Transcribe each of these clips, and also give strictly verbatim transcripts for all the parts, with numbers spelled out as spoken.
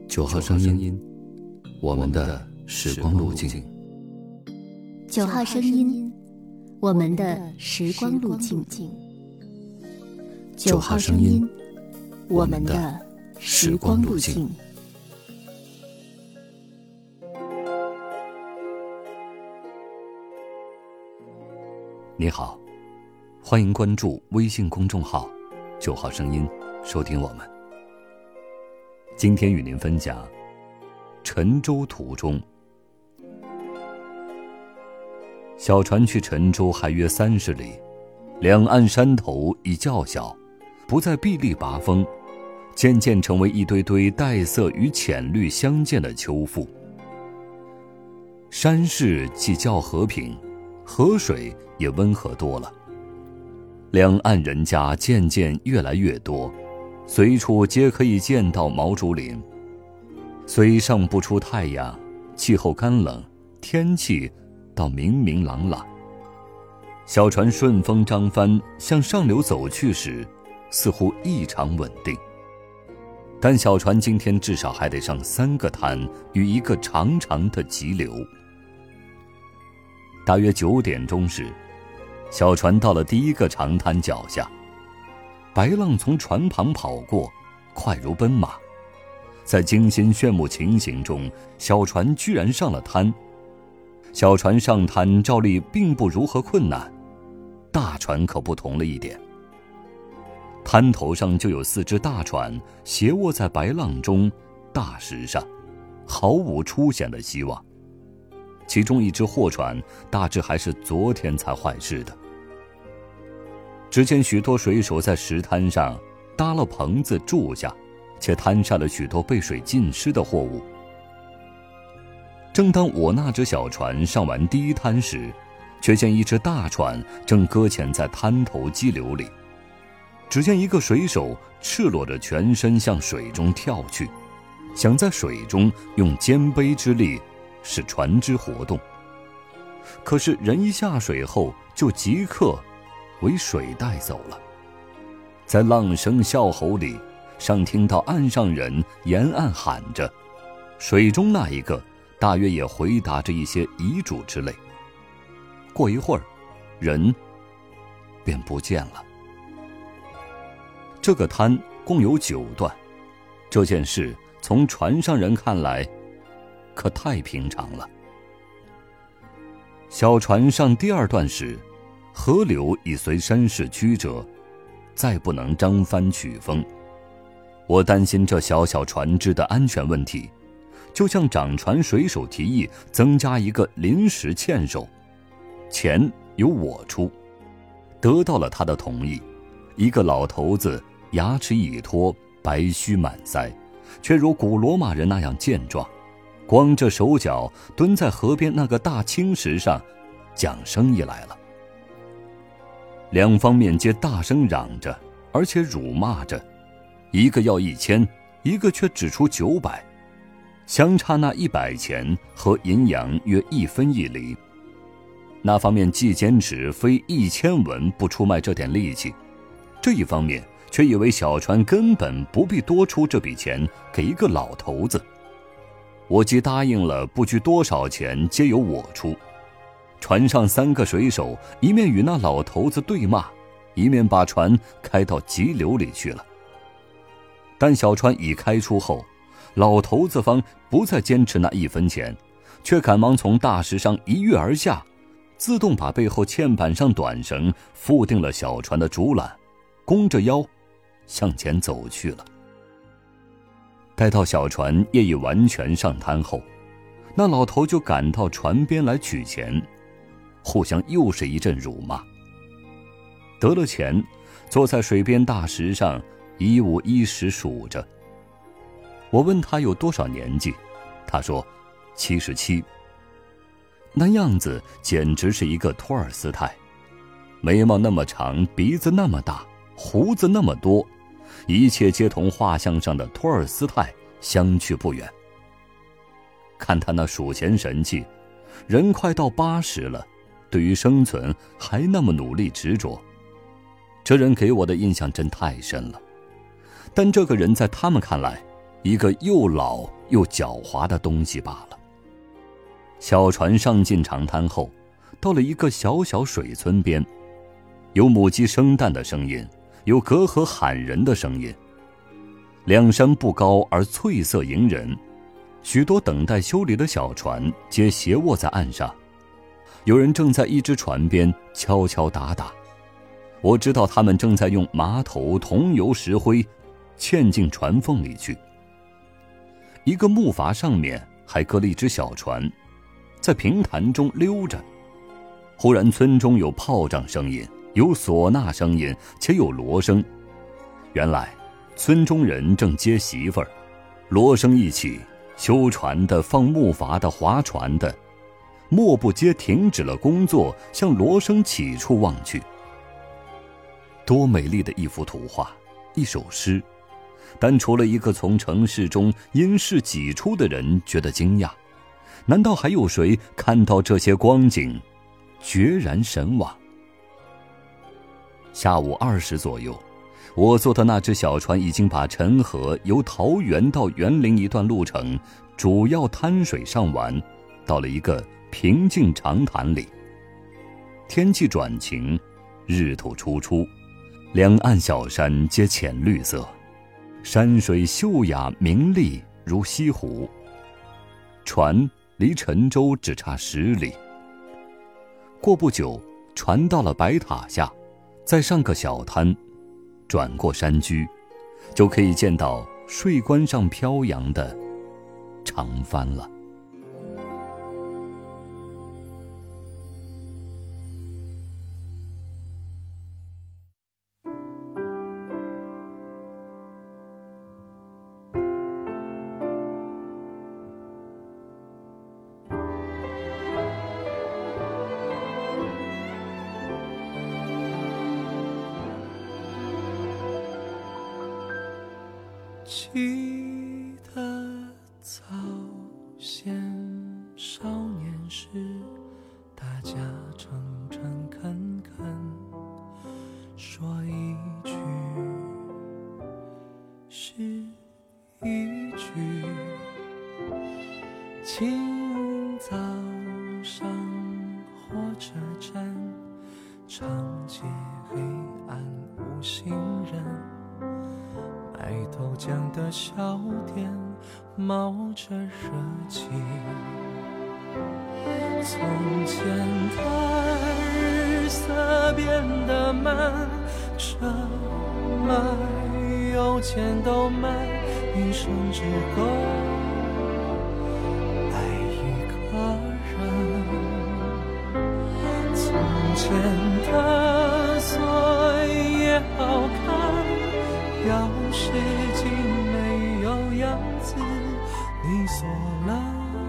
九号声音，我们的时光路径。 九号声音，我们的时光路径。 九号声音，我们的时光路径。你好，欢迎关注微信公众号九号声音，收听我们。今天与您分享沉舟途中。小船去沉舟还约三十里，两岸山头已较小，不再壁立拔峰，渐渐成为一堆堆黛色与浅绿相间的丘阜。山势既较和平，河水也温和多了，两岸人家渐渐越来越多，随处皆可以见到毛竹林。虽上不出太阳，气候干冷，天气倒明明朗朗。小船顺风张帆向上流走去时，似乎异常稳定。但小船今天至少还得上三个滩与一个长长的急流。大约九点钟时，小船到了第一个长滩脚下，白浪从船旁跑过，快如奔马。在惊心炫目情形中，小船居然上了滩。小船上滩照例并不如何困难，大船可不同了一点。滩头上就有四只大船斜卧在白浪中，大石上，毫无出险的希望。其中一只货船大致还是昨天才坏事的。只见许多水手在石滩上搭了棚子住下，且摊下了许多被水浸湿的货物。正当我那只小船上完第一滩时，却见一只大船正搁浅在滩头激流里。只见一个水手赤裸着全身向水中跳去，想在水中用肩背之力使船只活动。可是人一下水后就即刻为水带走了。在浪声笑吼里，尚听到岸上人沿岸喊着，水中那一个大约也回答着一些遗嘱之类。过一会儿，人便不见了。这个滩共有九段，这件事从船上人看来可太平常了。小船上第二段时，河流已随山势曲折，再不能张帆取风。我担心这小小船只的安全问题，就向掌船水手提议增加一个临时纤手，钱由我出。得到了他的同意。一个老头子牙齿已脱，白须满腮，却如古罗马人那样健壮，光着手脚蹲在河边那个大青石上讲生意来了。两方面皆大声嚷着，而且辱骂着，一个要一千，一个却只出九百，相差那一百钱和银洋约一分一厘。那方面既坚持非一千文不出卖这点力气，这一方面却以为小船根本不必多出这笔钱给一个老头子。我既答应了不拘多少钱皆由我出。船上三个水手一面与那老头子对骂，一面把船开到急流里去了。但小船已开出后，老头子方不再坚持那一分钱，却赶忙从大石上一跃而下，自动把背后纤板上短绳缚定了小船的竹缆，弓着腰向前走去了。待到小船业已完全上滩后，那老头就赶到船边来取钱，互相又是一阵辱骂。得了钱，坐在水边大石上一五一十数着。我问他有多少年纪，他说七十七。那样子简直是一个托尔斯泰，眉毛那么长，鼻子那么大，胡子那么多，一切皆同画像上的托尔斯泰相去不远。看他那数钱神气，人快到八十了，对于生存还那么努力执着，这人给我的印象真太深了。但这个人在他们看来，一个又老又狡猾的东西罢了。小船上进长滩后，到了一个小小水村边，有母鸡生蛋的声音，有隔河喊人的声音。两山不高而翠色迎人，许多等待修理的小船皆斜卧在岸上，有人正在一只船边敲敲打打。我知道他们正在用麻头、桐油、石灰嵌进船缝里去。一个木筏上面还搁了一只小船，在平潭中溜着。忽然村中有炮仗声音，有唢呐声音，且有锣声。原来村中人正接媳妇儿，锣声一起，修船的、放木筏的、划船的，莫不皆停止了工作，向锣声起处望去。多美丽的一幅图画，一首诗，但除了一个从城市中因事挤出的人觉得惊讶，难道还有谁看到这些光景决然神往？下午二时左右，我坐的那只小船已经把陈河由桃园到园林一段路程主要滩水上完，到了一个平静长潭里。天气转晴，日头初出，两岸小山皆浅绿色，山水秀雅明丽如西湖。船离沉舟只差十里。过不久，船到了白塔下，再上个小滩，转过山居，就可以见到税关上飘扬的长帆了。 记得早先少年时，大家诚诚恳恳说一句是一句。清早上火车站，长街黑暗无行人，卖豆浆的小店冒着热气。从前的日色变得慢，车马邮件都慢，一生只够爱一个人。从前的锁也好看，钥匙竟没有样子，你锁了，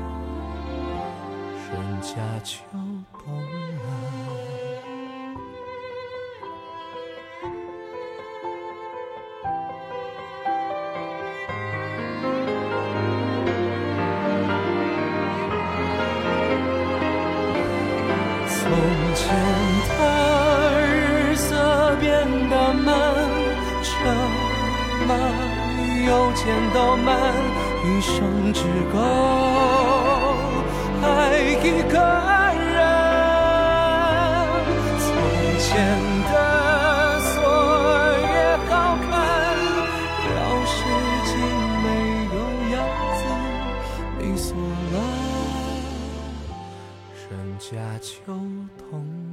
人家就懂了。从前的日色变得慢，车马邮件都慢，一生只够爱一个人。从前的锁也好看，钥匙竟没有样子，你锁了，人家就懂了。